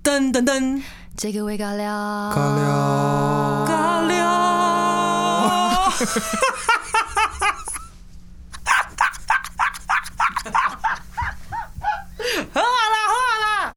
噔噔噔， 这个味尬聊， 尬聊，尬聊。喝啦！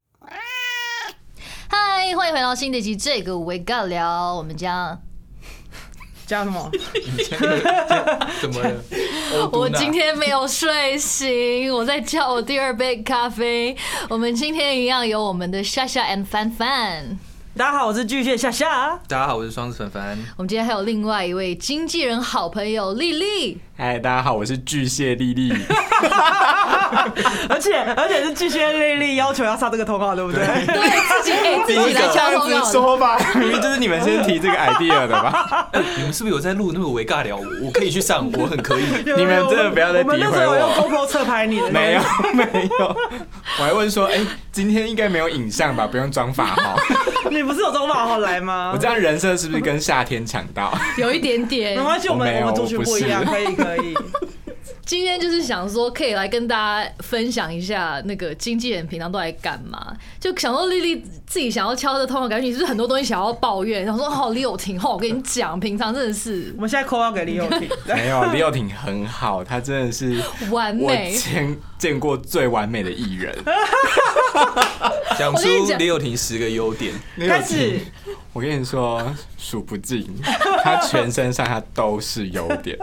嗨，欢迎回到新的一集这个味尬聊，我们将加什么？ 怎么了？ 我今天没有睡醒，我在叫我第二杯咖啡。我们今天一样有我们的夏夏 and 范范。 大家好，我是巨蟹夏夏。 大家好，我是双子凡凡。 我们今天还有另外一位经纪人好朋友丽丽。 嗨，大家好，我是巨蟹丽丽。 而且是巨蟹丽丽要求要上这个通告，对不对？ 对，自己来敲通告。 说吧，明明就是你们先提这个 idea 的吧？ 你们是不是有在录那个微尬聊？我可以去上，我很可以。 你们真的不要再诋毁我。 我们那时候用 GoPro 侧拍你的。 没有，我还问说，今天应该没有影像吧？不用装法号。 你不是有装法号来吗？ 我这样人设是不是跟夏天抢到？ 有一点点。 没关系，我们族群不一样，可以。 今天就是想说，可以来跟大家分享一下那个经纪人平常都在干嘛。就想说丽丽自己想要敲的通告，感觉你是不是很多东西想要抱怨？想说李友廷，我跟你讲，平常真的是。 我们现在 call 给李友廷。 没有，李友廷很好，他真的是完美， 我见过最完美的艺人。 讲出李友廷10个优点。 开始。 我跟你说，数不尽，他全身上下都是优点。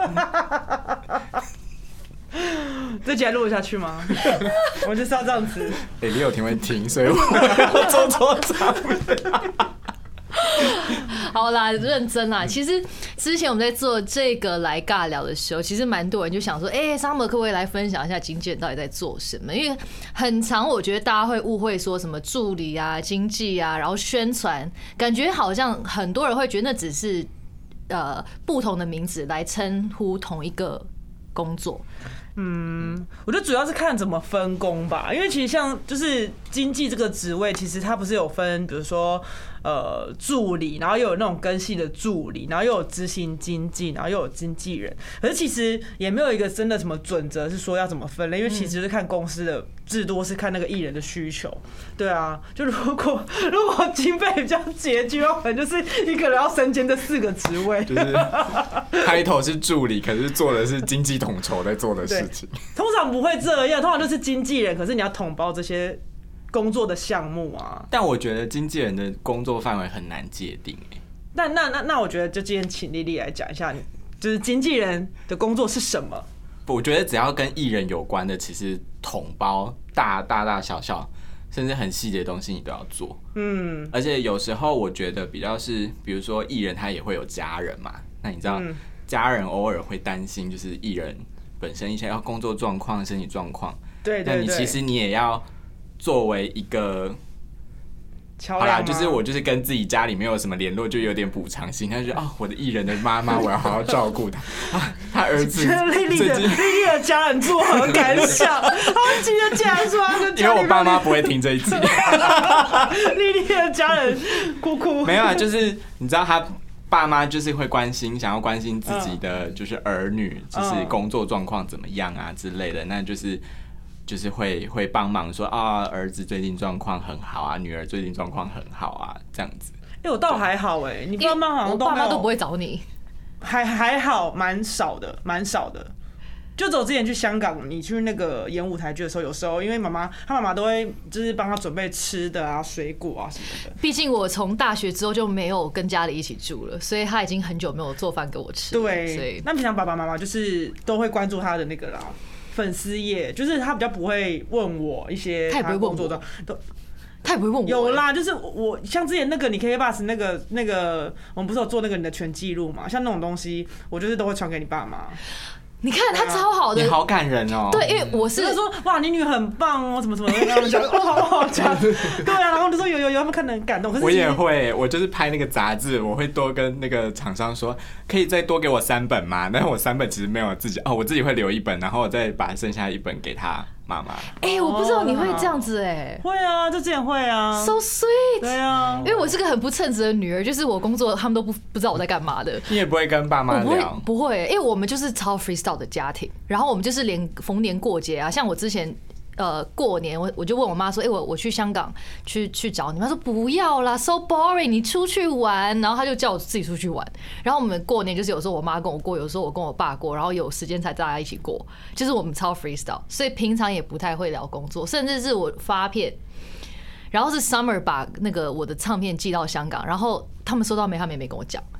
这集还录得下去吗？我就是要这样子。 李友廷会听，所以我做错场面。 好啦，认真啦。其实之前我们在做这个来尬聊的时候，其实蛮多人就想说，Summer 可不可以来分享一下经纪人到底在做什么？因为很常我觉得大家会误会说什么助理啊、经纪啊，然后宣传，感觉好像很多人会觉得那只是不同的名字来称呼同一个工作。 我觉得主要是看怎么分工吧，因为其实像就是经纪这个职位，其实它不是有分，比如说助理，然后又有那种跟系的助理，然后又有执行经纪，然后又有经纪人。可是其实也没有一个真的什么准则是说要怎么分类，因为其实就是看公司的制度，是看那个艺人的需求。对啊，就如果经费比较拮据，可能就是一个人要身兼这4个职位。 就是开头是助理，可是做的是经纪统筹在做的事情。 通常不会这样，通常就是经纪人，可是你要统包这些工作的项目啊。 但我觉得经纪人的工作范围很难界定。 那我觉得就今天请丽丽来讲一下，就是经纪人的工作是什么？ 我觉得只要跟艺人有关的，其实统包大小小，甚至很细节的东西你都要做。而且有时候我觉得比较是，比如说艺人他也会有家人嘛，那你知道家人偶尔会担心，就是艺人本身一些工作状况、身体状况。对。那你其实你也要作为一个桥梁。好啦， 就是我就是跟自己家里没有什么联络，就有点补偿心。他就觉得我的艺人的妈妈，我要好好照顾他。他儿子丽丽的家人作何感想？他们今天竟然说他跟家里， 因为我爸妈不会听这一集。 丽丽的家人哭。 没有啊，就是你知道他爸妈就是会想要关心自己的就是儿女，就是工作状况怎么样啊之类的，那就是会帮忙说儿子最近状况很好啊，女儿最近状况很好啊，这样子。 我倒还好你爸妈好像都没有， 我爸妈都不会找你， 还好，蛮少的。就走之前去香港，你去那个演舞台剧的时候，有时候因为他妈妈都会就是帮他准备吃的啊、水果啊什么的。 毕竟我从大学之后就没有跟家里一起住了，所以他已经很久没有做饭给我吃。 对， 所以那平常爸爸妈妈就是都会关注他的那个啦，粉丝页，就是他比较不会问我一些他工作的都。 他也不会问我。 有啦，就是我像之前那个你 KKBOX 那个，我们不是有做那个你的全记录嘛？像那种东西，我就是都会传给你爸妈。 你看他超好的， 你好感人哦。 对，因为我是说哇，你女很棒哦，怎么跟他们讲，好讲。对啊，然后就说有，他们看得很感动。可是我也会，我就是拍那个杂志，我会多跟那个厂商说，可以再多给我3本吗？但是我3本其实没有自己我自己会留1本，然后我再把剩下1本给他妈妈。 我不知道你会这样子会啊，就之前会啊 ，so sweet。 对啊， 因为我是个很不称职的女儿，就是我工作他们都不知道我在干嘛的。 你也不会跟爸妈聊？ 不会，因为我们就是超 freestyle 的家庭，然后我们就是连逢年过节啊，像我之前过年我就问我妈说，我去香港去找你，她说不要啦 ，so boring， 你出去玩，然后她就叫我自己出去玩。然后我们过年就是有时候我妈跟我过，有时候我跟我爸过，然后有时间才大家一起过，就是我们超 freestyle， 所以平常也不太会聊工作，甚至是我发片。然后是 Summer 把那个我的唱片寄到香港，然后他们收到没？他们也没跟我讲。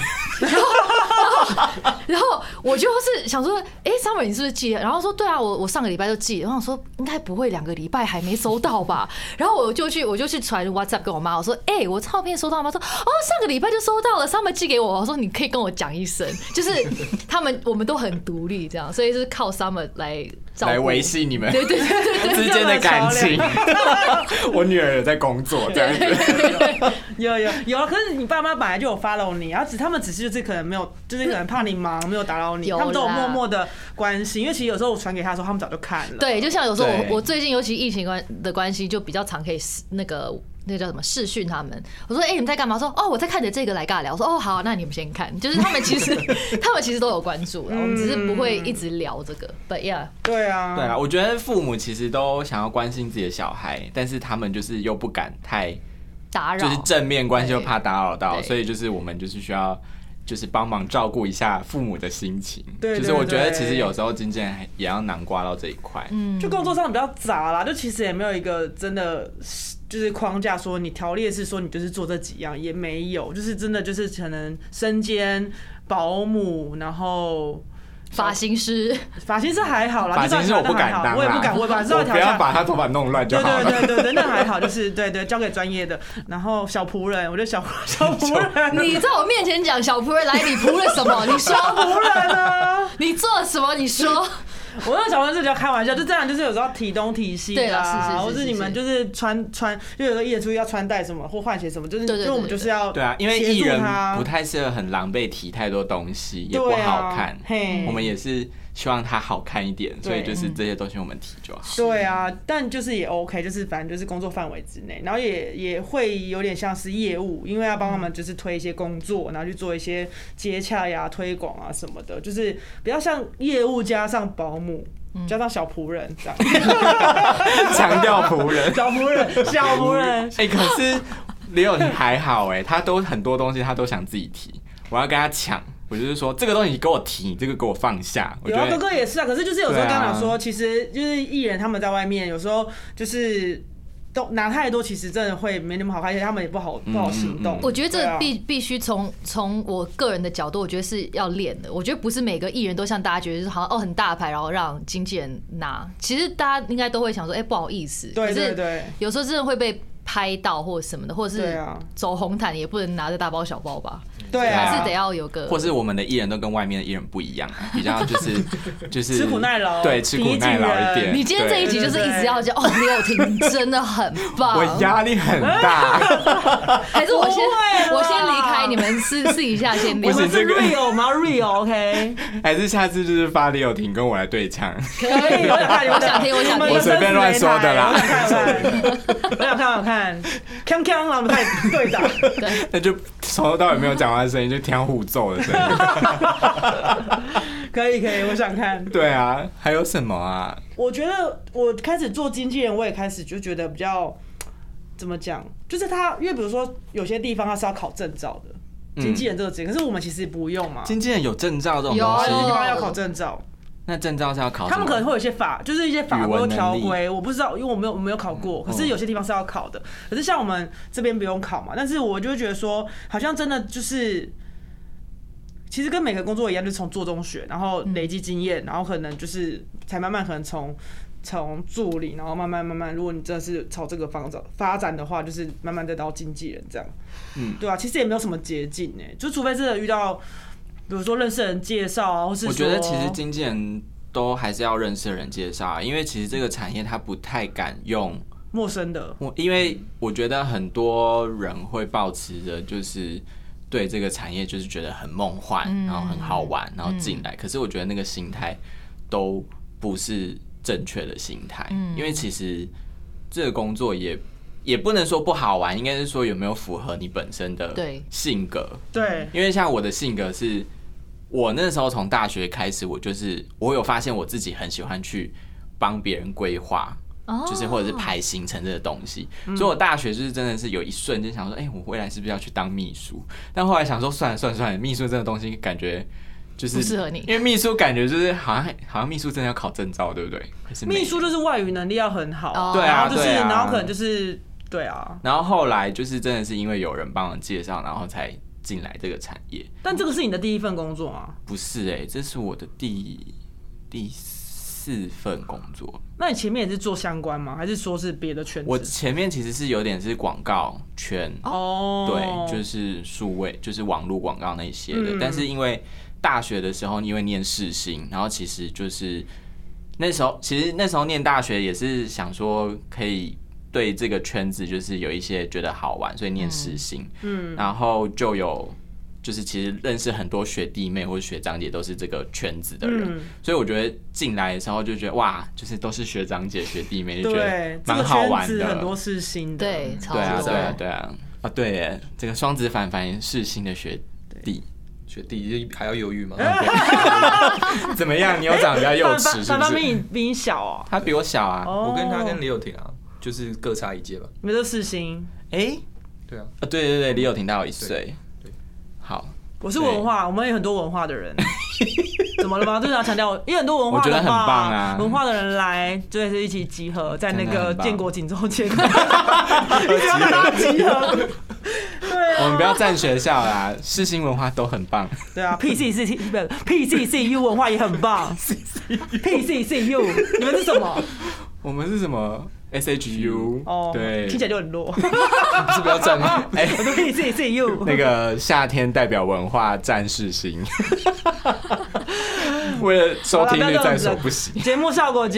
然后我就是想说，Summer 你是不是寄了？然后说对啊，我上个礼拜就寄了。然后我说应该不会2个礼拜还没收到吧？然后我就去传 WhatsApp 跟我妈，我说我唱片收到吗？说上个礼拜就收到了 ，Summer 寄给我。我说你可以跟我讲一声，就是我们都很独立这样，所以是靠 Summer 来维系你们对之间的感情。我女儿有在工作，这样子。 有，可是你爸妈本来就有 follow 你，然后他们只是就是可能没有，就是可能怕你忙没有打扰你，他们都有默默的关心。因为其实有时候我传给他的时候，他们早就看了。 对，就像有时候我最近尤其疫情的关系，就比较常可以那个叫什么视讯他们。我说你们在干嘛？说我在看着这个来尬聊。我说好，那你们先看。就是他们其实都有关注了，我们只是不会一直聊这个。But yeah， 对啊， 我觉得父母其实都想要关心自己的小孩，但是他们就是又不敢太打扰， 就是正面关系又怕打扰到，所以就是我们就是需要就是帮忙照顾一下父母的心情。 对， 就是我觉得其实有时候经纪人也要囊括到这一块。 就工作上比较杂啦，就其实也没有一个真的就是框架说你条列是说你就是做这几样，也没有，就是真的就是可能身兼保姆，然后。 发型师还好啦， 发型师我不敢当， 我也不敢，我不要把他头发弄乱就好了。 对，那还好，就是对，交给专业的。然后小仆人，我觉得小仆人， 你在我面前讲小仆人，来，你仆了什么？你说小仆人啊， 你做了什么？你说。 我那小朋友是比较开玩笑，就这样，就是有时候提东提西的啊，或是你们就是穿，就有个艺人出去要穿戴什么或换鞋什么，就是就我们就是要对啊，因为艺人不太适合很狼狈提太多东西，也不好看。我们也是希望它好看一点，所以就是这些东西我们提就好。 对啊，但就是也 OK， 就是反正就是工作范围之内，然后也会有点像是业务，因为要帮他们就是推一些工作，然后去做一些接洽呀、推广啊什么的，就是比较像业务加上保姆。加上小仆人这样， 强调仆人， 小仆人。 可是Leo你还好他都很多东西他都想自己提，我要跟他抢。我就是说，这个东西你给我提，你这个给我放下。 有啊，哥哥也是啊。可是就是有时候刚刚说，其实就是艺人他们在外面，有时候就是都拿太多，其实真的会没那么好看，而且他们也不好行动。 我觉得这必须从我个人的角度，我觉得是要练的。我觉得不是每个艺人都像大家觉得就是好像很大牌，然后让经纪人拿。其实大家应该都会想说，不好意思。 对。 有时候真的会被拍到或什么的，或者是走红毯也不能拿着大包小包吧。 对啊， 还是得要有个， 或是我们的艺人都跟外面的艺人不一样，比较就是吃苦耐劳， 对，吃苦耐劳一点。 你今天这一集就是一直要讲Leo廷真的很棒， 我压力很大。 还是我先离开，你们私底下先聊。 我们是 real 吗 ？real OK？ 还是下次就是发Leo廷跟我来对唱？ 可以，我想听， 我随便乱说的啦。 我想看，锵锵，然后我们开始对打。 对， 那就从头到尾没有讲话的声音，就听互奏的声音。 可以，我想看。 对啊，还有什么啊？ 我觉得我开始做经纪人，我也开始就觉得比较怎么讲，就是因为比如说有些地方它是要考证照的，经纪人这个职业，可是我们其实不用嘛。 经纪人有证照这种东西， 有些地方要考证照。 那证照是要考什么？ 他们可能会有一些就是一些法规条规，我不知道，因为我没有考过。可是有些地方是要考的，可是像我们这边不用考嘛。但是我就会觉得说，好像真的就是，其实跟每个工作一样，就是从做中学，然后累积经验，然后可能就是才慢慢可能从助理，然后慢慢，如果你真的是朝这个发展的话，就是慢慢再到经纪人这样。对啊，其实也没有什么捷径就除非真的遇到。比如说认识人介绍啊，或是说我觉得其实经纪人都还是要认识人介绍因为其实这个产业他不太敢用陌生的， 因为我觉得很多人会抱持着就是对这个产业就是觉得很梦幻，然后很好玩，然后进来。可是我觉得那个心态都不是正确的心态，因为其实这个工作也不能说不好玩，应该是说有没有符合你本身的性格。 对， 因为像我的性格是，我那时候从大学开始，我有发现我自己很喜欢去帮别人规划， 就是或者是排行程这个东西。所以我大学就是真的是有一瞬间想说，我未来是不是要去当秘书？但后来想说，算了，秘书这个东西感觉就是不适合你， 因为秘书感觉就是好像秘书真的要考证照，对不对？ 秘书就是外语能力要很好， 对啊， 就是然后可能就是对啊。 然后后来就是真的是因为有人帮我介绍，然后才进来这个产业。 但这个是你的第一份工作吗？ 不是这是我的第4份工作。 那你前面也是做相关吗？还是说是别的圈子？ 我前面其实是有点是广告圈，对，就是数位，就是网络广告那些的。但是因为大学的时候，因为念世新，然后其实就是那时候念大学也是想说可以对这个圈子就是有一些觉得好玩，所以念世新，然后就是其实认识很多学弟妹或者学长姐都是这个圈子的人，所以我觉得进来的时候就觉得哇，就是都是学长姐学弟妹，就觉得蛮好玩的。 这个圈子很多世新的， 对，超多，对啊，对耶，这个双子凡世新的学弟。 学弟还要犹豫吗？ 怎么样？你有长比较幼稚是不是？ 比你小哦， 他比我小啊。 我跟他跟李友廷就是各差1届吧。 你们都世新？ 对啊。 对，李友廷大我1岁。好， 我是文化，我们有很多文化的人。怎么了吗？就是要强调，因为很多文化的话， 我觉得很棒啊。 文化的人来，就是一起集合在那个建国锦州前，一定要大家集合。对啊， 我们不要占学校啦，世新文化都很棒。 对啊 ，PCCU 文化也很棒。PCCU， 你们是什么？ 我们是什么？SHU， 对， 听起来就很弱。 不是不要站吗？ 我说 PCCU， 那个夏天代表文化占世新。为了收听率在所不惜。 节目效果。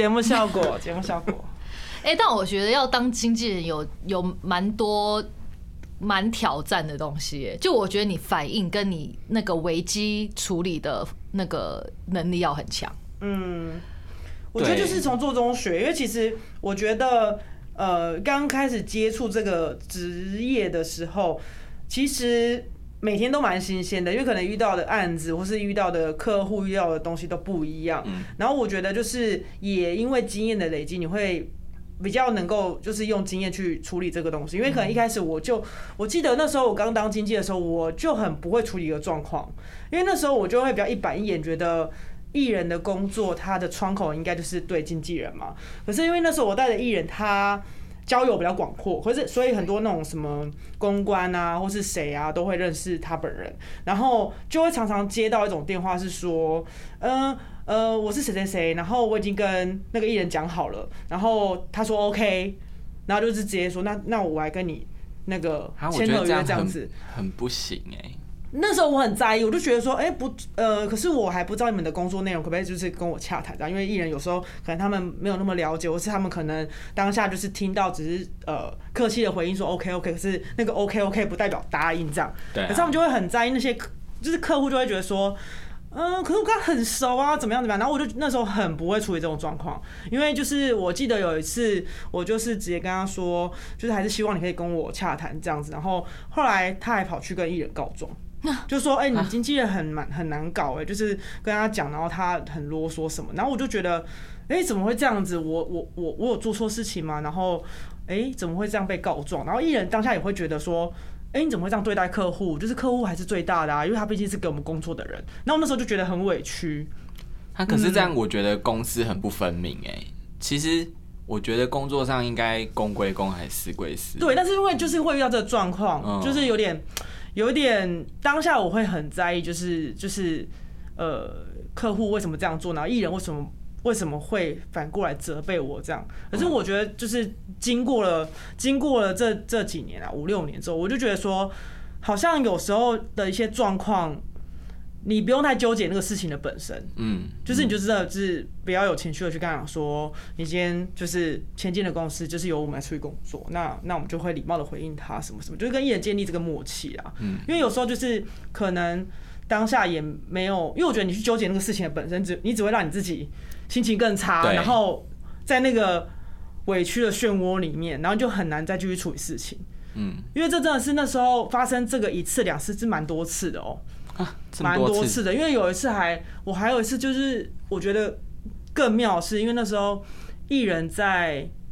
但我觉得要当经纪人有蛮挑战的东西，就我觉得你反应跟你那个危机处理的那个能力要很强。 我觉得就是从做中学，因为其实我觉得刚开始接触这个职业的时候，其实每天都蛮新鲜的，因为可能遇到的案子或是遇到的客户遇到的东西都不一样。然后我觉得就是也因为经验的累积，你会比较能够就是用经验去处理这个东西。因为可能一开始我记得那时候我刚当经纪的时候，我就很不会处理一个状况，因为那时候我就会比较一板一眼，觉得艺人的工作他的窗口应该就是对经纪人嘛。可是因为那时候我带的艺人他交友比较广阔，可是所以很多那种什么公关啊，或是谁啊，都会认识他本人，然后就会常常接到一种电话是说，我是谁谁谁，然后我已经跟那个艺人讲好了，然后他说 OK， 然后就是直接说那我来跟你那个签合约这样子， 很不行那时候我很在意，我就觉得说，可是我还不知道你们的工作内容，可不可以就是跟我洽谈这样？因为艺人有时候可能他们没有那么了解，或是他们可能当下就是听到只是客气的回应说 OK， 可是那个 OK 不代表答应这样。 对啊。 可是他们就会很在意那些，就是客户就会觉得说，可是我跟他很熟啊，怎么样？然后我就那时候很不会处理这种状况，因为就是我记得有一次，我就是直接跟他说，就是还是希望你可以跟我洽谈这样子。然后后来他还跑去跟艺人告状。就说你经纪人很难搞就是跟他讲，然后他很啰嗦什么，然后我就觉得怎么会这样子？我有做错事情吗？然后怎么会这样被告状？然后艺人当下也会觉得说，你怎么会这样对待客户？就是客户还是最大的啊，因为他毕竟是给我们工作的人。然后我那时候就觉得很委屈。 可是这样，我觉得公私很不分明其实我觉得工作上应该公归公，还是私归私。 对，但是因为就是会遇到这个状况，就是有点当下我会很在意，就是客户为什么这样做，然后艺人为什么会反过来责备我这样？可是我觉得就是经过了这几年啊，5-6年之后，我就觉得说，好像有时候的一些状况，你不用太纠结那个事情的本身，就是你就真的是不要有情绪的去跟他讲说，你今天就是前进的公司就是由我们来处理工作，那我们就会礼貌的回应他什么什么，就是跟艺人建立这个默契啊。因为有时候就是可能当下也没有，因为我觉得你去纠结那个事情的本身，你只会让你自己心情更差，然后在那个委屈的漩涡里面，然后就很难再继续处理事情。因为这真的是那时候发生这个1次2次是蛮多次的蛮多次的，因为有一次我还有一次就是我觉得更妙的是，因为那时候艺人在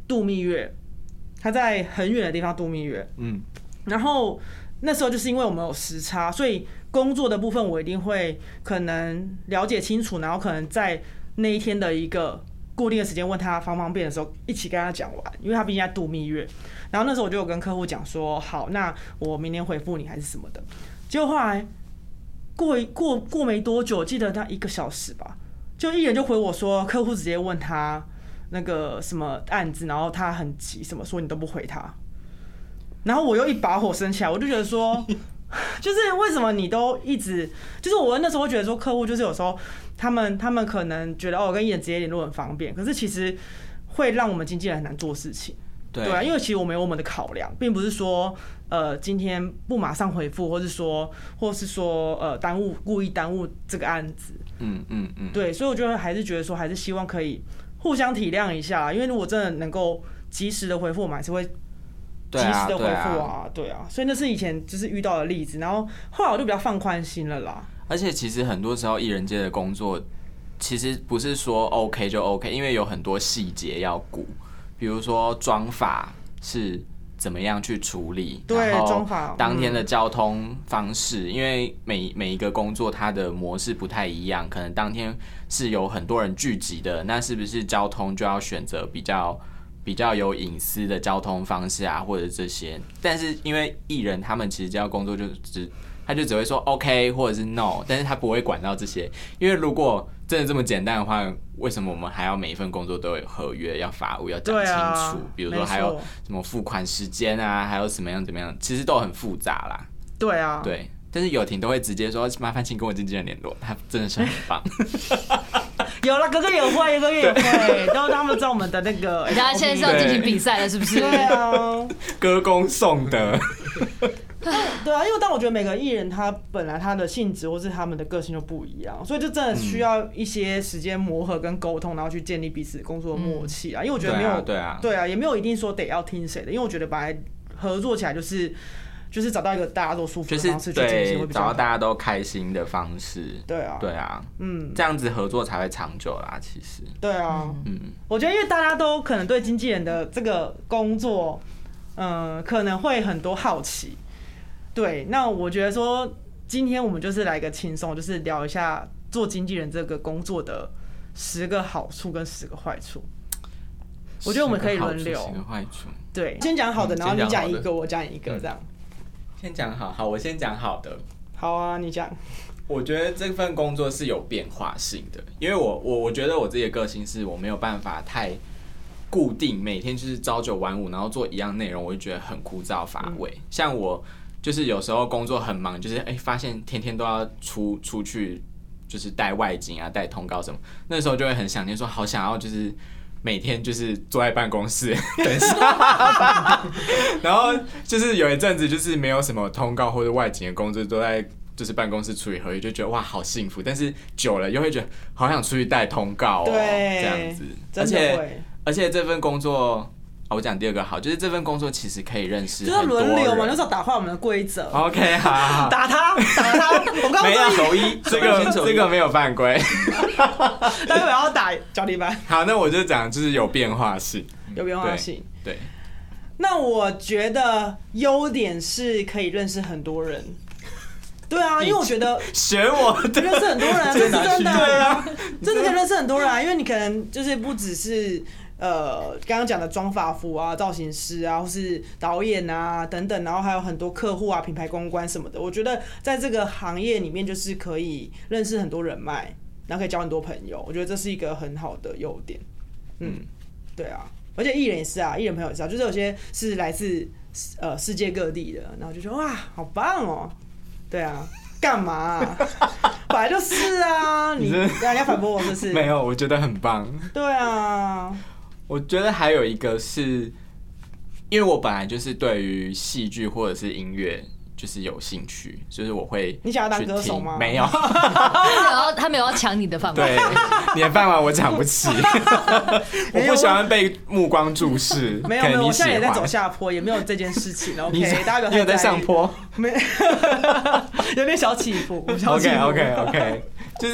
度蜜月，他在很远的地方度蜜月。然后那时候就是因为我们有时差，所以工作的部分我一定会可能了解清楚，然后可能在那一天的一个固定的时间问他方便的时候，一起跟他讲完，因为他毕竟在度蜜月。然后那时候我就有跟客户讲说，好，那我明天回复你还是什么的。结果后来过没多久，记得他1个小时吧，就艺人就回我说，客户直接问他那个什么案子，然后他很急，什么说你都不回他。然后我又一把火升起来，我就觉得说，就是为什么你都一直，就是我那时候会觉得说，客户就是有时候他们可能觉得我跟艺人直接联络很方便，可是其实会让我们经纪人很难做事情。对啊，因为其实我们有我们的考量，并不是说今天不马上回复，或是说故意耽误这个案子。对，所以我还是觉得说，还是希望可以互相体谅一下，因为如果真的能够及时的回复，我们还是会及时的回复啊，对啊，所以那是以前就是遇到的例子，然后后来我就比较放宽心了啦。 而且其实很多时候艺人界的工作，其实不是说 OK 就 OK， 因为有很多细节要顾，比如说妆法是怎么样去处理， 对， 妆法当天的交通方式，因为每一个工作它的模式不太一样，可能当天是有很多人聚集的，那是不是交通就要选择比较有隐私的交通方式啊，或者这些。但是因为艺人他们其实只要工作他就只会说 OK 或者是 No， 但是他不会管到这些。因为如果真的这么简单的话，为什么我们还要每一份工作都有合约要法务要讲清楚？比如说还有什么付款时间啊，还有怎么样，其实都很复杂啦。 对啊， 对。但是友廷都会直接说麻烦请跟我经纪人联络，他真的是很棒。 有了，哥哥也会，然后他们知道我们的那个， 大家现在是要进行比赛了，是不是？ 对啊， 歌功颂德。 对啊，因为但我觉得每个艺人他本来他的性质或是他们的个性就不一样，所以就真的需要一些时间磨合跟沟通，然后去建立彼此工作的默契啊。因为我觉得没有，对啊，也没有一定说得要听谁的，因为我觉得本来合作起来就是找到一个大家都舒服的方式去进行，会比较好， 找到大家都开心的方式。 对啊， 这样子合作才会长久啦。其实， 对啊，我觉得因为大家都可能对经纪人的这个工作，可能会很多好奇。对，那我觉得说今天我们就是来个轻松，就是聊一下做经纪人这个工作的10个好处跟10个坏处。我觉得我们可以轮流。 10个坏处。 对，先讲好的，然后你讲一个，我讲一个，这样。 先讲好，我先讲好的。 好啊，你讲。 我觉得这份工作是有变化性的，因为我觉得我自己的个性是我没有办法太固定，每天就是朝9晚5，然后做一样内容，我就觉得很枯燥乏味。像我就是有时候工作很忙，就是发现天天都要出去，就是带外景啊、带通告什么，那时候就会很想念说，好想要就是每天就是坐在办公室等下班，然后就是有一阵子就是没有什么通告或者外景的工作，都在就是办公室处理合约，就觉得哇好幸福，但是久了又会觉得好想出去带通告哦，这样子，而且这份工作。我讲第2个好，就是这份工作其实可以认识很多人， 就是轮流嘛，就是要打坏我们的规则。 OK， 好， 打他，我刚刚没有手一，这个没有犯规。 待会要打脚底板。 好，那我就讲就是有变化性， 有变化性。 对。 那我觉得优点是可以认识很多人。对啊，因为我觉得学我认识很多人，这是真的啊，真的可以认识很多人啊，因为你可能就是不只是。刚刚讲的妆发服啊、造型师啊，或是导演啊等等，然后还有很多客户啊、品牌公关什么的。我觉得在这个行业里面，就是可以认识很多人脉，然后可以交很多朋友。我觉得这是一个很好的优点。对啊，而且艺人也是啊，艺人朋友也是啊，就是有些是来自世界各地的，然后就觉得哇，好棒哦。对啊，干嘛啊？本来就是啊，你人家反驳我这是没有，我觉得很棒。 对啊。 我觉得还有一个是，因为我本来就是对于戏剧或者是音乐就是有兴趣，就是我会。 你想要当歌手吗？ 没有， 他没有要抢你的饭碗。 对，你的饭碗我抢不起。我不喜欢被目光注视。 没有，我现在也在走下坡，也没有这件事情。OK， 大家不要太在意。 你有在上坡？ 没，有点小起伏。 OK， 就是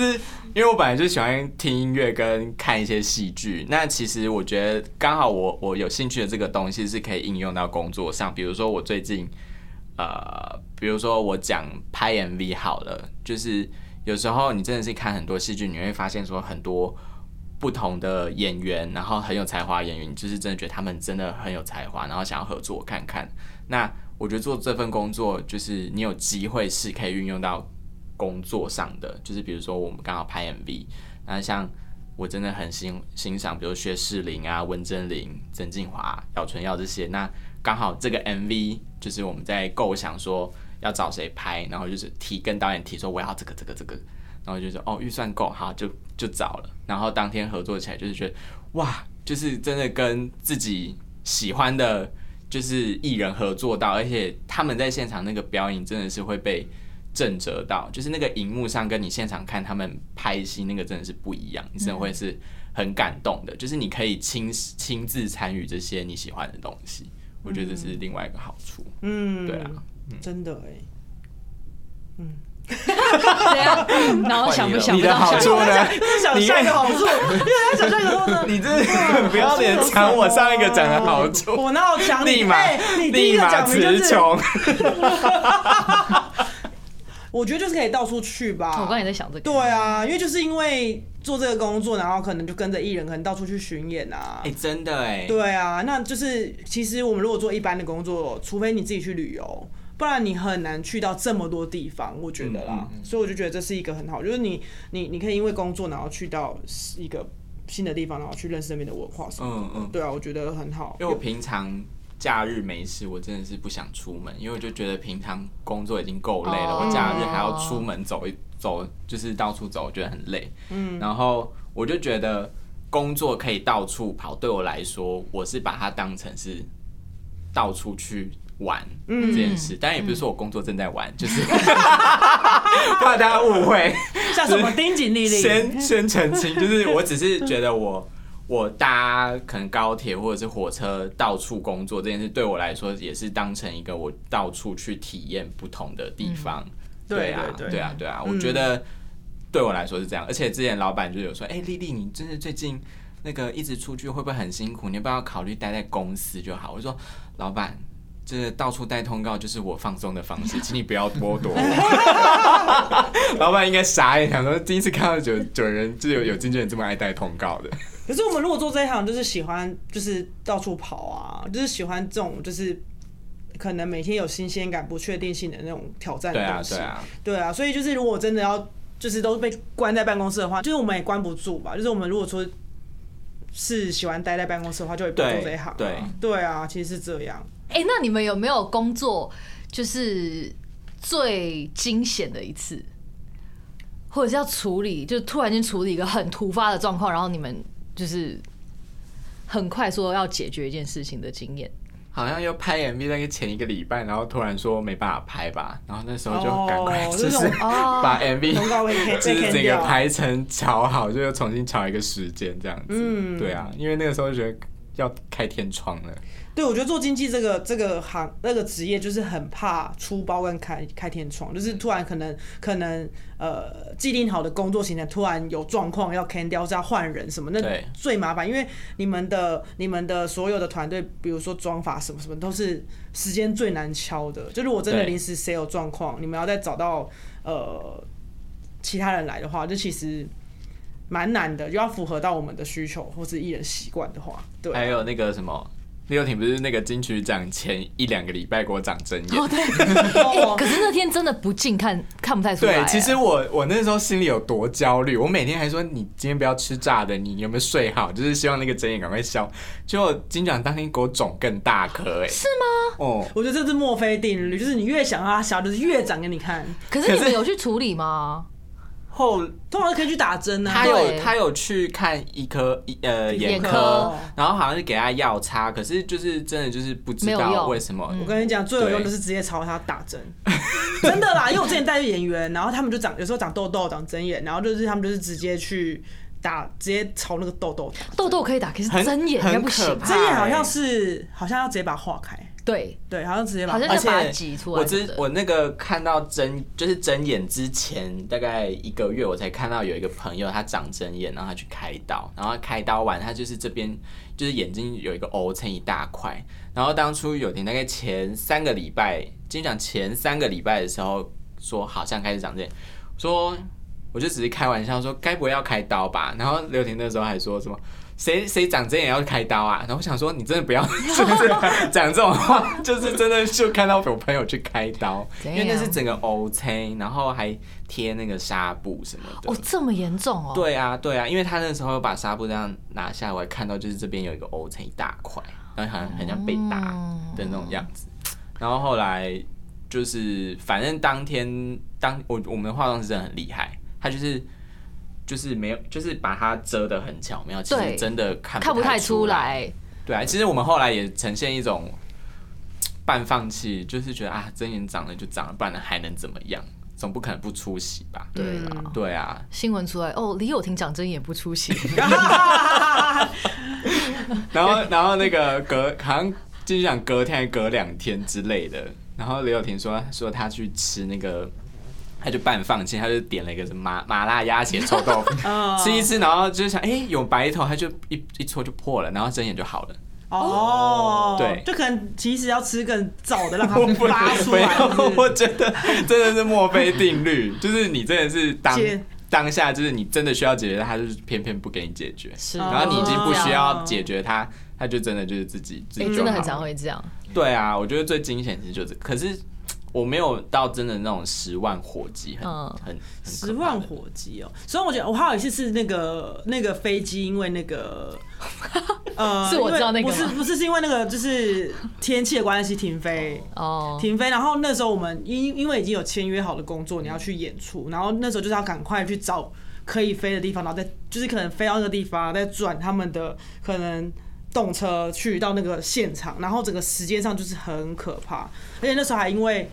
因为我本来就喜欢听音乐跟看一些戏剧，那其实我觉得刚好我有兴趣的这个东西是可以应用到工作上，比如说我最近比如说我讲拍 MV 好了，就是有时候你真的是看很多戏剧，你会发现说很多不同的演员，然后很有才华的演员，你就是真的觉得他们真的很有才华，然后想要合作看看。那我觉得做这份工作，就是你有机会是可以运用到工作上的，就是比如说我们刚好拍 MV， 那像我真的很欣赏，比如薛仕凌啊、温真菱、曾敬骅、姚淳耀这些，那刚好这个 MV 就是我们在构想说要找谁拍，然后就是跟导演提说我要这个，然后就说预算够，好就找了，然后当天合作起来就是觉得哇，就是真的跟自己喜欢的就是艺人合作到，而且他们在现场那个表演真的是会被震慑到，就是那个荧幕上跟你现场看他们拍戏那个真的是不一样，你真的会是很感动的，就是你可以亲自参与这些你喜欢的东西，我觉得这是另外一个好处。对啊， 真的这样，然后想不你的好处呢？ 想下一个好处，因为他想下一个好处呢， 你真的不要脸抢我上一个讲的好处， 我哪有抢你？你第一个讲词穷。 我觉得就是可以到处去吧。 我刚才也在想这个。 对啊，因为就是因为做这个工作，然后可能就跟着艺人，可能到处去巡演啊。 真的对啊，那就是其实我们如果做一般的工作，除非你自己去旅游，不然你很难去到这么多地方，我觉得啦。所以我就觉得这是一个很好，就是你可以因为工作，然后去到一个新的地方，然后去认识那边的文化什么的。对啊，我觉得很好。 因为我平常假日没事，我真的是不想出门，因为我就觉得平常工作已经够累了，我假日还要出门走一走，就是到处走，我觉得很累。然后我就觉得工作可以到处跑，对我来说，我是把它当成是到处去玩这件事，当然也不是说我工作正在玩，就是怕大家误会， 像什么丁景丽丽， 先澄清，就是我只是觉得我搭可能高铁或者是火车到处工作这件事，对我来说也是当成一个我到处去体验不同的地方。对啊，我觉得对我来说是这样。而且之前老板就有说，丽丽，你真的最近那个一直出去会不会很辛苦？你要不要考虑待在公司就好？我说老板，这到处带通告就是我放松的方式，请你不要剥夺我。老板应该傻眼，想说第一次看到有人就是有经纪人这么爱带通告的。 可是我们如果做这一行，就是喜欢就是到处跑啊，就是喜欢这种就是可能每天有新鲜感、不确定性的那种挑战的东西。对啊，所以就是如果真的要就是都被关在办公室的话，就是我们也关不住吧。就是我们如果说是喜欢待在办公室的话，就会不做这一行。对啊，其实是这样。 那你们有没有工作就是最惊险的一次，或者是要处理，就突然间处理一个很突发的状况，然后你们就是很快说要解决一件事情的经验？ 好像又拍 MV 那个前一个礼拜，然后突然说没办法拍吧，然后那时候就赶快就是把 MV 就是整个排程调好，就又重新调一个时间这样子。对啊，因为那个时候就觉得要开天窗了。 对，我觉得做经纪这个职业就是很怕出包跟开天窗，就是突然可能既定好的工作行程突然有状况要 can 掉，是要换人什么，那最麻烦，因为你们的所有的团队，比如说妆发什么什么，都是时间最难敲的。就如果真的临时谁有状况，你们要再找到其他人来的话，就其实蛮难的，就要符合到我们的需求或是艺人习惯的话，对。 还有那个什么。刘婷不是那个金曲奖前1-2个礼拜给我长针眼， 对。可是那天真的不近看不太出来。 对，其实我那时候心里有多焦虑，我每天还说你今天不要吃炸的，你有没有睡好？就是希望那个针眼赶快消。结果金曲奖当天给我肿更大颗， 是吗？ 我觉得这是墨菲定律，就是你越想让它消，就是越长给你看。 可是你们有去处理吗？ 通常可以去打针啊。 他有去看眼科，然后好像是给他药擦，可是就是真的就是不知道为什么。 我跟你讲，最有用的是直接朝他打针，真的啦。因为我之前带演员，然后他们就有时候长痘痘、长针眼，然后就是他们就是直接去打，直接朝那个痘痘打。 痘痘可以打，可是针眼应该不行。 针眼好像要直接把它化开。 对， 好像直接把好像就把它挤出来。 我那个看到就是睁眼之前大概1个月，我才看到有一个朋友他长针眼，然后他去开刀，然后开刀完他就是这边就是眼睛有一个凹成一大块，然后当初有点大概前3个礼拜，经常前3个礼拜的时候说好像开始长针眼，说我就只是开玩笑说该不会要开刀吧，然后刘婷那时候还说什么。谁长针眼要开刀啊？然后我想说，你真的不要是不是讲这种话，就是真的就看到有朋友去开刀，因为那是整个 OK， 然后还贴那个纱布什么的。 哦，这么严重哦？ 对啊，因为他那时候把纱布这样拿下来，我还看到就是这边有一个 OK 一大块，然后好像很像被打的那种样子。然后后来就是反正当天我们的化妆师真的很厉害，他就是没有，就是把它遮得很巧妙，其实真的看不太出来。对啊，其实我们后来也呈现一种半放弃，就是觉得啊，针眼长了就长了，不然还能怎么样？总不可能不出席吧？ 对啦， 对啊。 新闻出来哦，李友廷长针眼不出席。 然后那个好像就是讲隔天还隔2天之类的，然后李友廷说他去吃那个。他就半放弃，他就点了一个什么麻辣鸭血臭豆腐，吃一吃，然后就想，有白头，他就一搓就破了，然后针眼就好了。 哦， 对， 就可能其实要吃更早的，让它发出来。 我觉得真的是墨菲定律，就是你真的是当下，就是你真的需要解决它，就是偏偏不给你解决，然后你已经不需要解决它，它就真的就是自己就好了。 真的很常会这样。 对啊，我觉得最惊险其实就是，可是。我没有到真的那种10万火急，很 10万火急哦。所以我觉得我还有一次是那个飞机，因为那个是我知道那个不是因为那个就是天气的关系停飞停飞。然后那时候我们因为已经有签约好的工作，你要去演出，然后那时候就是要赶快去找可以飞的地方，然后再就是可能飞到那个地方，再转他们的可能。动车去到那个现场，然后整个时间上就是很可怕，而且那时候还因为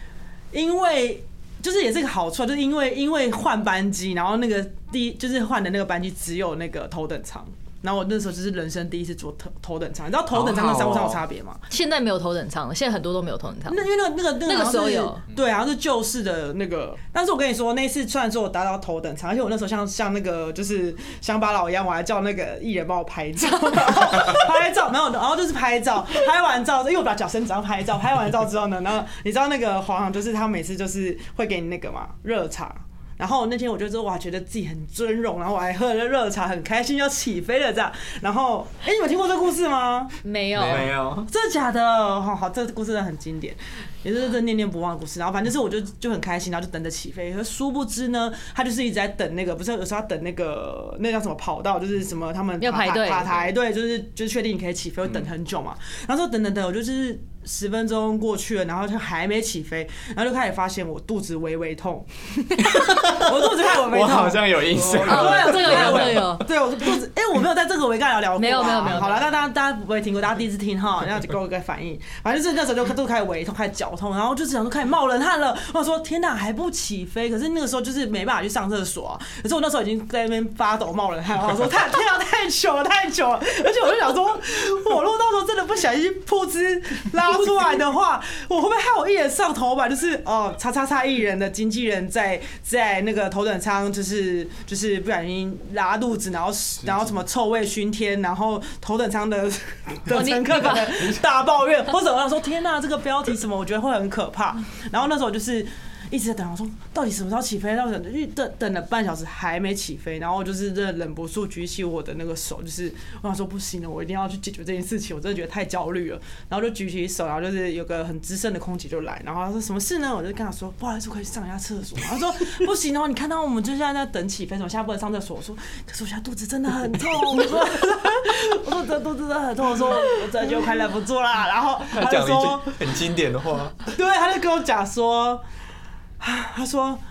就是也是个好处，就是因为换班机，然后那个就是换的那个班机只有那个头等舱。然后我那时候就是人生第一次坐头等舱，你知道头等舱跟商务舱有差别吗？ 现在没有头等舱了，现在很多都没有头等舱。 那因为那个时候有， 对，好像是旧式的那个。但是我跟你说，那次虽然说我达到头等舱，而且我那时候像那个就是乡巴佬一样，我还叫那个艺人帮我拍照，没有，然后就是拍照，拍完照，因为我把脚伸直要拍照，拍完照之后呢，然后你知道那个华航就是他每次就是会给你那个嘛热茶。然后那天我就说哇，觉得自己很尊荣，然后我还喝了热茶，很开心要起飞了这样。然后，你们听过这个故事吗？ 没有， 真的假的？好，这个故事真的很经典，也是这念念不忘的故事。然后反正就是我就很开心，然后就等着起飞。可是殊不知呢，他就是一直在等那个，不是有时候要等那个叫什么跑道，就是什么他们要排队， 爬台队，就是确定你可以起飞，会等很久嘛。然后说等，我就是10分钟过去了，然后就还没起飞，然后就开始发现我肚子微微痛。我肚子开始微微痛， 我好像有印象。 对，这个有。 对，我肚子，我没有在这个维尬聊过。 没有。 好了，那大家不会听过，大家第一次听哈，然后就给我一个反应。反正就是那时候就开始微痛，开始绞痛，然后就是想说开始冒冷汗了。我说天哪，还不起飞？可是那个时候就是没办法去上厕所啊。可是我那时候已经在那边发抖冒冷汗，我说天啊，太久了。而且我就想说，我如果到时候真的不小心噗嗤拉出来的话，我会不会害我艺人上头版？就是叉艺人的经纪人在那个头等舱，就是不小心拉肚子，然后什么臭味熏天，然后头等舱的乘客可能大抱怨，或者我想说天哪，这个标题什么，我觉得会很可怕。然后那时候我就是一直在等，我说到底什么时候起飞？等了半小时还没起飞，然后我就是真的忍不住举起我的那个手，就是我想说不行了，我一定要去解决这件事情，我真的觉得太焦虑了。然后就举起手，然后就是有个很资深的空姐就来，然后他说什么事呢？我就跟他说不好意思，我可以去上一下厕所。他说不行哦，你看到我们就现在在等起飞，什么现在不能上厕所。我说可是我现在肚子真的很痛。我说这肚子真的很痛。我说我真的就快忍不住啦。然后他就说很经典的话， 对，他就跟我讲说。他说：“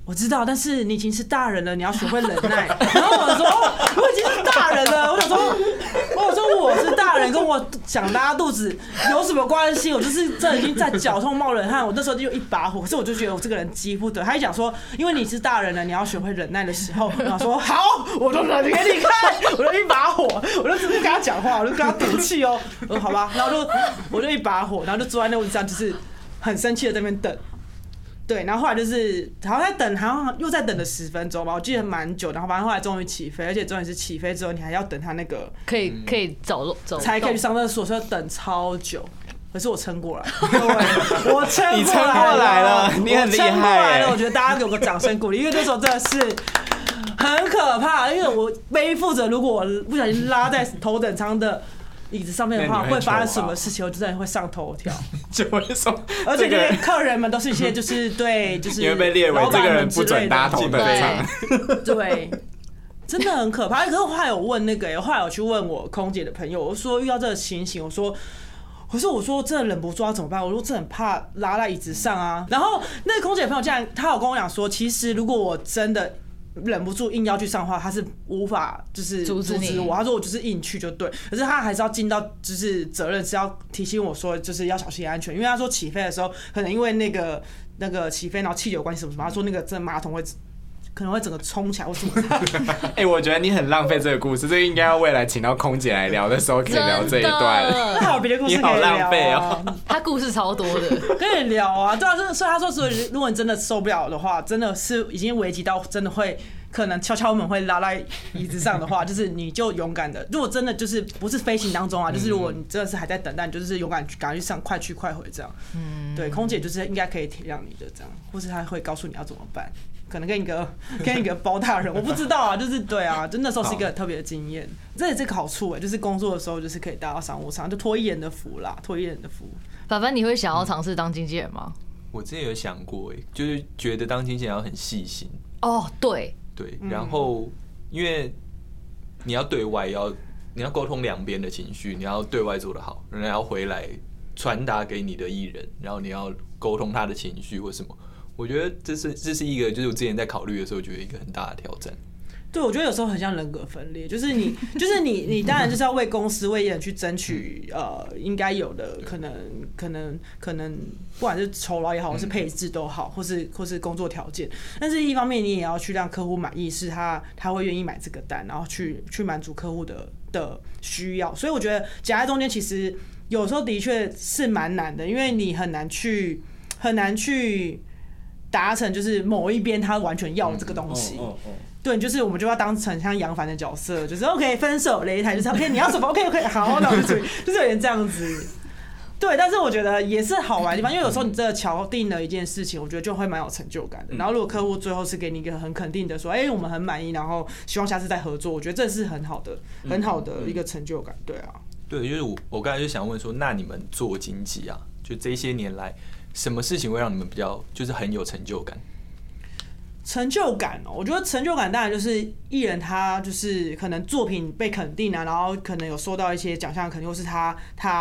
我知道，但是你已经是大人了，你要学会忍耐。然后我说，我已经是大人了。我想说我是大人，跟我想拉肚子有什么关系？我就是这已经在脚痛冒冷汗，我那时候就有一把火。可是我就觉得我这个人急不得。他一讲说，因为你是大人了，你要学会忍耐的时候，然后说好，我就忍给你看，我就一把火，我就直接跟他讲话，我就跟他赌气哦。我说好吧，然后我就一把火，然后就坐在那位置上，就是很生气的在那边等。对，然后后来就是好像在等，好像又在等了10分钟吧，我记得蛮久。然后反正后来终于起飞，而且重点是起飞之后，你还要等他那个可以走才可以去上厕所，所以等超久。可是我撑过来，对，我撑过来了， 你撑过来了，你很厉害我觉得大家给我个掌声鼓励，因为那时候真的是很可怕，因为我背负着如果我不小心拉在头等舱的椅子上面的话，会发生什么事情？我就真的会上头条， 就会说， 而且这些客人们都是一些就是对，就是你会被列为这个人不准搭头等舱， 对，真的很可怕。可是我后来有问那个，后来有去问我空姐的朋友，我说遇到这个情形，我说真的忍不住要怎么办？我说真的很怕拉在椅子上啊。然后那个空姐的朋友竟然他有跟我讲说，其实如果我真的忍不住硬要去上的话，他是无法就是阻止我。他说我就是硬去就对，可是他还是要尽到就是责任，是要提醒我说就是要小心安全。因为他说起飞的时候，可能因为那个起飞然后气流关系什么什么，他说那个真的马桶可能会整个冲起来或什么。 我觉得你很浪费这个故事，这个应该要未来请到空姐来聊的时候可以聊这一段。 那还有别的故事可以聊啊？ 你好浪费哦， 他故事超多的， 可以聊啊。对啊，所以他说，如果你真的受不了的话，真的是已经危及到真的会可能敲门会拉在椅子上的话，就是你就勇敢的。如果真的就是不是飞行当中啊，就是如果你真的是还在等待，你就是勇敢赶快去上，快去快回这样。对，空姐就是应该可以体谅你的这样，或是她会告诉你要怎么办。可能跟一个包大人，我不知道啊，就是对啊，就那时候是一个特别的经验，这也是个好处就是工作的时候就是可以搭到商务舱，就脱一人的福啦，脱一人的福。 凡凡，你会想要尝试当经纪人吗？ 我之前有想过，就是觉得当经纪人要很细心。 哦，对， 然后因为你要对外你要沟通两边的情绪，你要对外做得好，人家要回来传达给你的艺人，然后你要沟通他的情绪或什么。我觉得这是一个，就是我之前在考虑的时候，觉得一个很大的挑战。 对，我觉得有时候很像人格分裂，就是你当然就是要为公司为艺人去争取应该有的可能不管是酬劳也好，或是配置都好，或是工作条件，但是一方面你也要去让客户满意，是他会愿意买这个单，然后去满足客户的需要。所以我觉得夹在中间，其实有时候的确是蛮难的，因为你很难去达成就是某一边他完全要这个东西。对，就是我们就要当成像杨凡的角色，就是 OK 分手擂台，就是 OK 你要什么 OK 好，那我就就是有点这样子。对，但是我觉得也是好玩的地方，因为有时候你真的敲定了一件事情，我觉得就会蛮有成就感的。然后如果客户最后是给你一个很肯定的说，我们很满意，然后希望下次再合作，我觉得这是很好的一个成就感。对啊， 对，就是我刚才就想问说，那你们做经纪啊，就这些年来，什么事情会让你们比较就是很有成就感？ 成就感我觉得成就感当然就是艺人他就是可能作品被肯定啊，然后可能有收到一些奖项，肯定或是他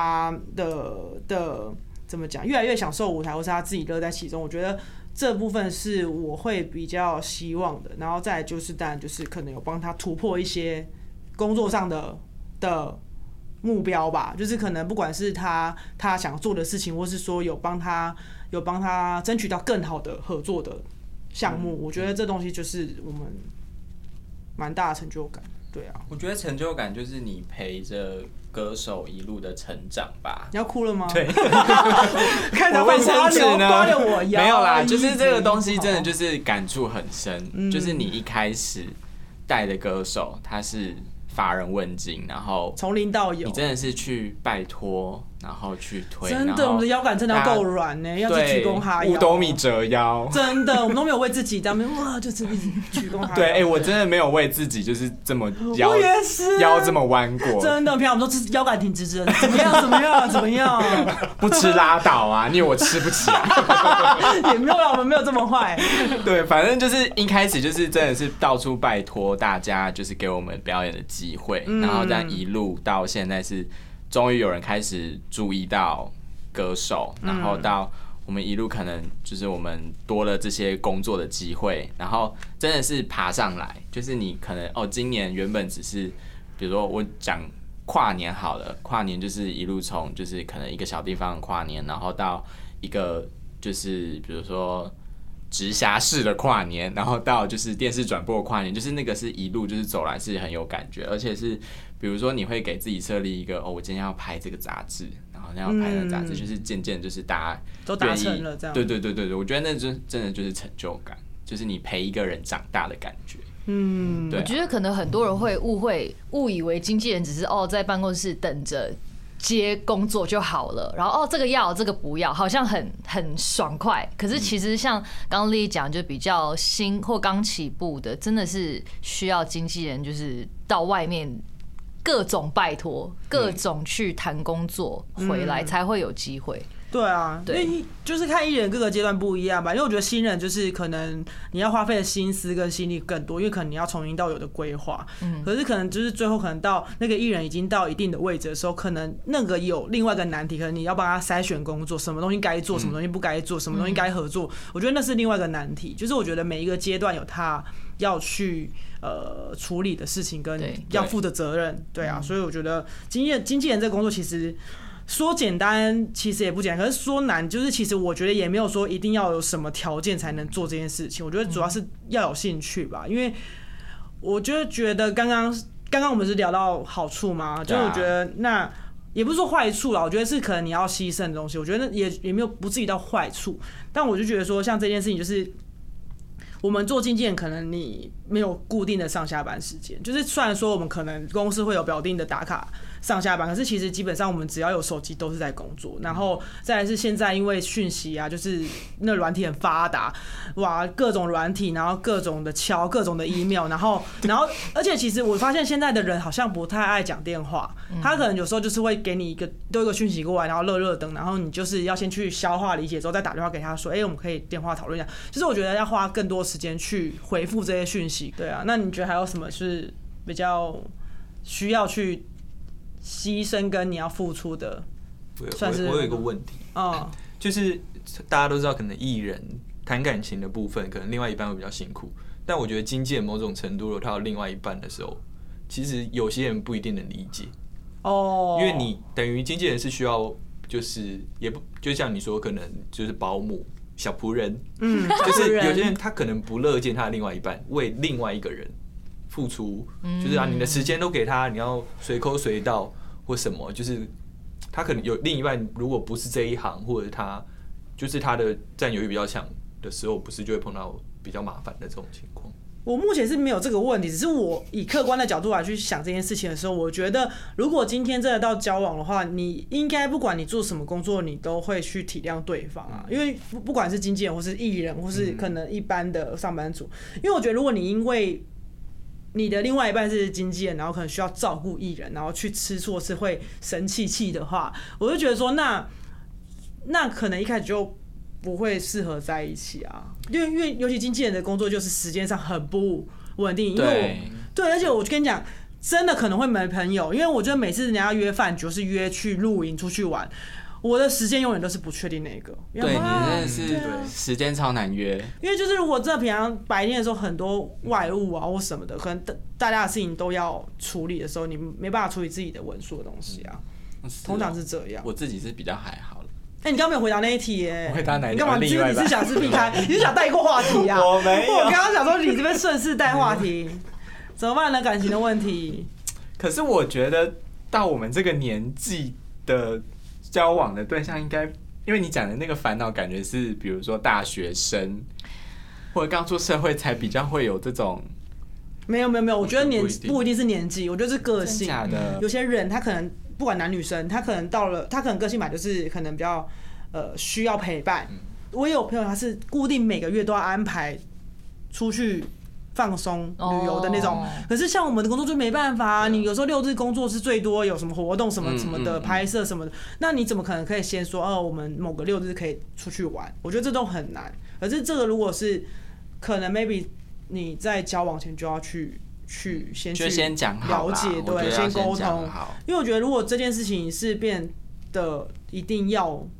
的怎么讲，越来越享受舞台，或是他自己乐在其中。我觉得这部分是我会比较希望的。然后再来就是当然就是可能有帮他突破一些工作上的目标吧，就是可能不管是他想做的事情，或是说有帮他争取到更好的合作的项目，我觉得这东西就是我们蛮大的成就感。对啊， 我觉得成就感就是你陪着歌手一路的成长吧。 你要哭了吗？ 对， 看到卫生纸呢？ 刮了我腰。 没有啦，就是这个东西真的就是感触很深。就是你一开始带的歌手，他是乏人问津，然后从零到有， 你真的是去拜托，然后去推。 真的，我们的腰杆真的要够软呢，要去鞠躬哈腰。 五斗米折腰。 真的，我们都没有为自己当面哇，就是一直鞠躬哈腰。 对，我真的没有为自己就是这么腰这么弯过。 真的，平常我们都是腰杆挺直直的，怎么样？ 不吃拉倒啊！你以为我吃不起啊？ 也没有啦，我们没有这么坏。 对，反正就是一开始就是真的是到处拜托大家，就是给我们表演的机会，然后这样一路到现在是终于有人开始注意到歌手，然后到我们一路可能就是我们多了这些工作的机会，然后真的是爬上来，就是你可能今年原本只是，比如说我讲跨年好了，跨年就是一路从就是可能一个小地方跨年，然后到一个就是比如说直辖市的跨年，然后到就是电视转播的跨年，就是那个是一路就是走来是很有感觉，而且是比如说你会给自己设立一个我今天要拍这个杂志，然后要拍那个杂志，就是渐渐就是大家都达成了这样。 对，我觉得那真的就是成就感，就是你陪一个人长大的感觉。 我觉得可能很多人会误以为经纪人只是在办公室等着接工作就好了，然后这个要这个不要，好像很爽快。可是其实像刚刚丽讲，就比较新或刚起步的，真的是需要经纪人，就是到外面各种拜托，各种去谈工作回来才会有机会。 对啊，因为就是看艺人各个阶段不一样吧。因为我觉得新人就是可能你要花费的心思跟心力更多，因为可能你要从零到有的规划。可是可能就是最后可能到那个艺人已经到一定的位置的时候，可能那个有另外一个难题，可能你要帮他筛选工作，什么东西该做，什么东西不该做，什么东西该合作。我觉得那是另外一个难题。就是我觉得每一个阶段有他要去处理的事情跟要负的责任。对啊，所以我觉得经纪人这个工作其实。说简单其实也不简单，可是说难就是其实我觉得也没有说一定要有什么条件才能做这件事情。我觉得主要是要有兴趣吧，因为我觉得刚刚我们是聊到好处嘛，就是我觉得那也不是说坏处啦，我觉得是可能你要牺牲的东西，我觉得也没有不至于到坏处，但我就觉得说像这件事情就是。我们做经纪人，可能你没有固定的上下班时间，就是虽然说我们可能公司会有表定的打卡上下班，可是其实基本上我们只要有手机都是在工作。然后再来是现在因为讯息啊，就是那软体很发达，哇，各种软体，然后各种的敲，各种的 email， 然后而且其实我发现现在的人好像不太爱讲电话，他可能有时候就是会给你丢一个讯息过来，然后热等，然后你就是要先去消化理解之后再打电话给他说，我们可以电话讨论一下。就是我觉得要花更多时间去回复这些讯息。对啊，那你觉得还有什么是比较需要去牺牲跟你要付出的？算是我有一个问题，就是大家都知道，可能艺人谈感情的部分，可能另外一半会比较辛苦，但我觉得经纪人某种程度，如果他有另外一半的时候，其实有些人不一定能理解。因为你等于经纪人是需要，就是也不就像你说，可能就是保姆。小仆人，就是有些人他可能不乐见他的另外一半为另外一个人付出，就是你的时间都给他，你要随口随到或什么，就是他可能有另一半，如果不是这一行，或者他就是他的占有欲比较强的时候，不是就会碰到比较麻烦的这种情况。 我目前是没有这个问题，只是我以客观的角度来去想这件事情的时候，我觉得如果今天真的到交往的话，你应该不管你做什么工作，你都会去体谅对方啊，因为不管是经纪人或是艺人，或是可能一般的上班族，因为我觉得如果你因为你的另外一半是经纪人，然后可能需要照顾艺人，然后去吃错是会生气的话，我就觉得说那可能一开始就不会适合在一起啊，因为尤其经纪人的工作就是时间上很不稳定，因为对，而且我跟你讲，真的可能会没朋友，因为我觉得每次人家约饭局，是约去露营、出去玩，我的时间永远都是不确定那个。 对，你真的是时间超难约， 因为就是如果真的平常白天的时候很多外务啊或什么的，可能大家的事情都要处理的时候，你没办法处理自己的文书的东西啊，通常是这样。 我自己是比较还好。 你刚刚没有回答那一题耶？ 回答哪一题？ 你干嘛？你是想避开？你是想带过话题啊？ 我没有。 我刚刚想说你这边顺势带话题，怎么办呢？感情的问题。 可是我觉得到我们这个年纪的交往的对象，应该因为你讲的那个烦恼，感觉是比如说大学生或者刚出社会才比较会有这种。 没有，我觉得不一定是年纪，我觉得是个性。 真的， 有些人他可能。不管男女生，他可能到了，他可能个性嘛，就是可能比较需要陪伴。我也有朋友，他是固定每个月都要安排出去放松旅游的那种。可是像我们的工作就没办法啊，你有时候6日工作是最多，有什么活动什么什么的拍摄什么的，那你怎么可能可以先说我们某个6日可以出去玩？我觉得这都很难。可是这个如果是可能 maybe 你在交往前就要去先讲好了解，对，先沟通。因为我觉得如果这件事情是变得一定要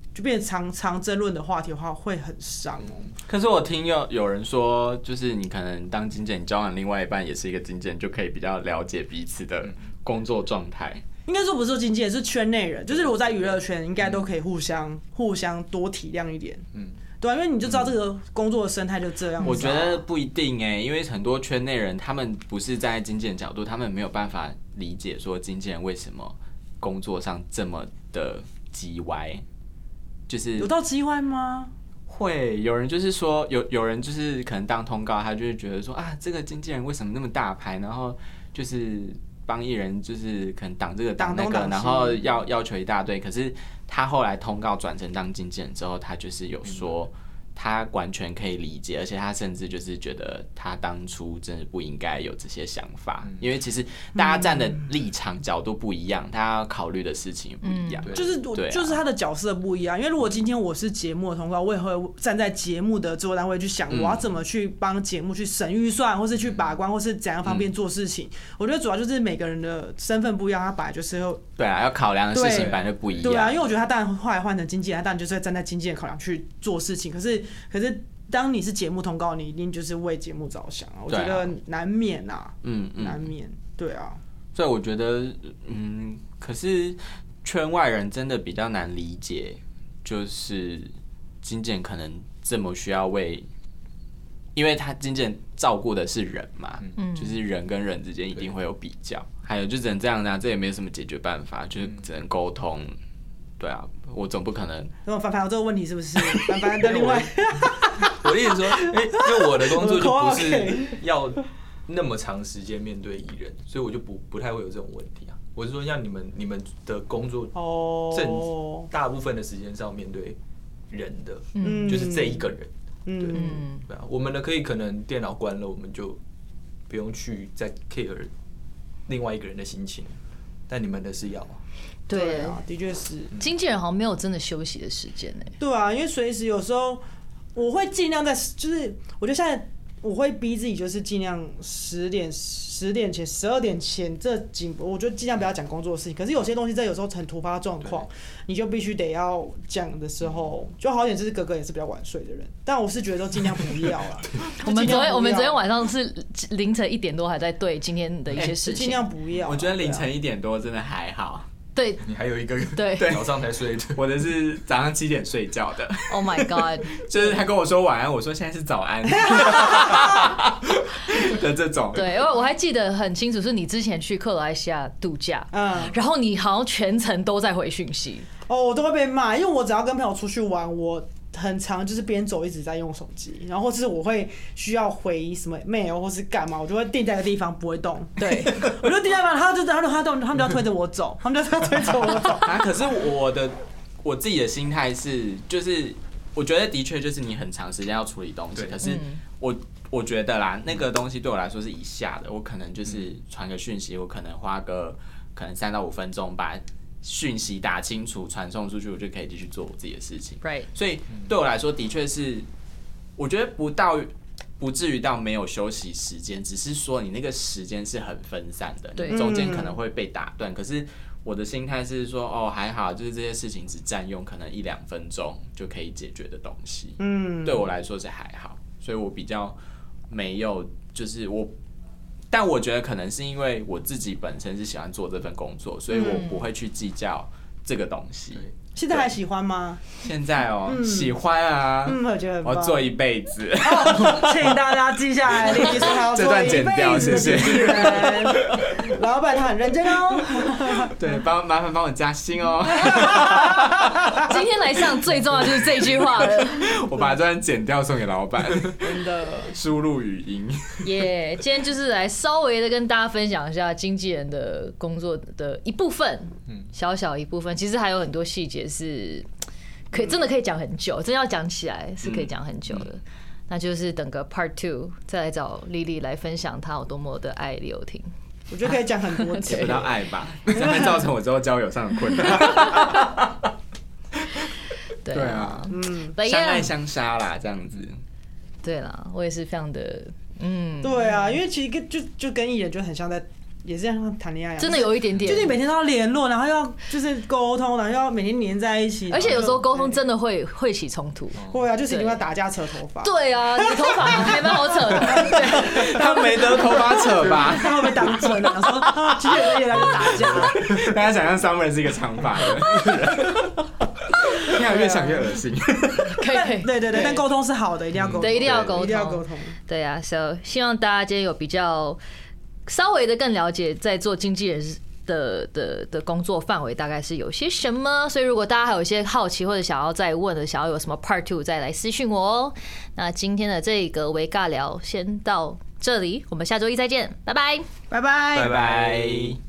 就变成常争论的话题的话，会很伤哦。 可是我听有人说，就是你可能当经纪人，交往另外一半也是一个经纪人，就可以比较了解彼此的工作状态。 应该说不是说经纪人，是圈内人，就是如果在娱乐圈，应该都可以互相多体谅一点。对啊，因为你就知道这个工作的生态就这样子。 我觉得不一定因为很多圈内人他们不是在经纪人角度，他们没有办法理解说经纪人为什么工作上这么的叽歪，就是有到叽歪吗？ 会有人就是说有人就是可能当通告，他就会觉得说啊，这个经纪人为什么那么大牌，然后就是帮艺人就是可能挡这个挡那个，然后要求一大堆，可是他后来通告转成当经纪人之后，他就是有说他完全可以理解，而且他甚至就是觉得他当初真的不应该有这些想法，因为其实大家站的立场角度不一样，大家要考虑的事情也不一样， 就是他的角色不一样。因为如果今天我是节目的通告，我也会站在节目的制作单位去想，我要怎么去帮节目去审预算，或是去把关，或是怎样方便做事情。我觉得主要就是每个人的身份不一样，他本来就是对啊，要考量的事情本来就不一样。 对啊，因为我觉得他当然后来换成经纪人，他当然就是站在经纪人考量去做事情。可是当你是节目通告，你一定就是为节目着想啊，我觉得难免啊，难免，对啊。 所以我觉得，可是圈外人真的比较难理解，就是经纪人可能这么需要因为他经纪人照顾的是人嘛，就是人跟人之间一定会有比较，还有就只能这样啊，这也没有什么解决办法，就是只能沟通。对啊，我总不可能。 那凡凡有这个问题是不是？凡凡的另外， 我的意思说，因为我的工作就不是要那么长时间面对艺人，所以我就不太会有这种问题啊。我是说，像你们的工作，大部分的时间是要面对人的，就是这一个人。对啊，我们的可能电脑关了，我们就不用去再 care 另外一个人的心情，但你们的是要啊。 对啊，的确是。 经纪人好像没有真的休息的时间呢。 对啊，因为随时有时候我会尽量就是我觉得现在我会逼自己，就是尽量10点前、12点前我就尽量不要讲工作的事情。可是有些东西在有时候很突发状况，你就必须得要讲的时候，就好一点。就是哥哥也是比较晚睡的人，但我是觉得都尽量不要啦。 我们昨天晚上是凌晨1点多还在对今天的一些事情， 尽量不要。 我觉得凌晨1点多真的还好。 对， 你还有一个对早上才睡的， 我的是早上7点睡觉的。 Oh my god！ 就是他跟我说晚安，我说现在是早安的这种。 对，因为我还记得很清楚，是你之前去克罗埃西亚度假，然后你好像全程都在回讯息。 我都会被骂，因为我只要跟朋友出去玩，我很常就是边走一直在用手机，然后或是我会需要回什么 mail 或是干嘛，我就会定在一个地方不会动。对，我就定在那，他们就要推着我走，他们就要推着我走。 可是我自己的心态是，就是我觉得的确就是你很长时间要处理东西，可是我觉得啦，那个东西对我来说是以下的，我可能就是传个讯息，我可能花个3到5分钟把讯息打清楚传送出去，我就可以继续做我自己的事情。 Right. 所以对我来说，的确是，我觉得不至于到没有休息时间，只是说你那个时间是很分散的，你中间可能会被打断。可是我的心态是说，还好，就是这些事情只占用可能1-2分钟就可以解决的东西。对我来说是还好，所以我比较没有，就是但我觉得可能是因为我自己本身是喜欢做这份工作，所以我不会去计较这个东西。 现在还喜欢吗？ 现在喜欢啊， 我觉得很棒， 我做一辈子。 请大家记下来，立即说他要做一辈子的经纪人。老板他很认真哦。 对，麻烦帮我加薪哦。 今天来上最重要就是这句话了。 我把这段剪掉送给老板。 真的。 输入语音。 耶，今天就是来稍微的跟大家分享一下经纪人的工作的一部分，小一部分，其实还有很多细节是真的可以讲很久，真要讲起来是可以讲很久的。那就是等个 Part 2再来找莉莉来分享她有多么的爱李友廷。 我觉得可以讲很多集， 不到爱吧，这样会造成我之后交友上的困难。对啊，相爱相杀啦，这样子。 对啦，我也是非常的， 对啊，因为其实就跟艺人就很像在也是像谈恋爱， 真的有一点点， 就是你每天都要联络，然后要就是沟通，然后要每天黏在一起， 而且有时候沟通真的会起冲突。 会啊，就是一定要打架扯头发。 对啊，你头发还蛮好扯的。对， 他没得头发扯吧？ 他会被当真的，说啊，今天有人来打架。 大家想象 Summer 是一个长发的人，你看越想越恶心。 可以， 对，但沟通是好的，一定要沟通， 对，一定要沟通， 一定要沟通。 对啊 ，so 希望大家今天有比较稍微的更了解，在做经纪人的工作范围大概是有些什么。所以如果大家还有一些好奇或者想要再问的，想要有什么 Part 2，再来私讯我哦。那今天的这个微尬聊先到这里，我们下周一再见，拜拜， 拜拜， 拜拜。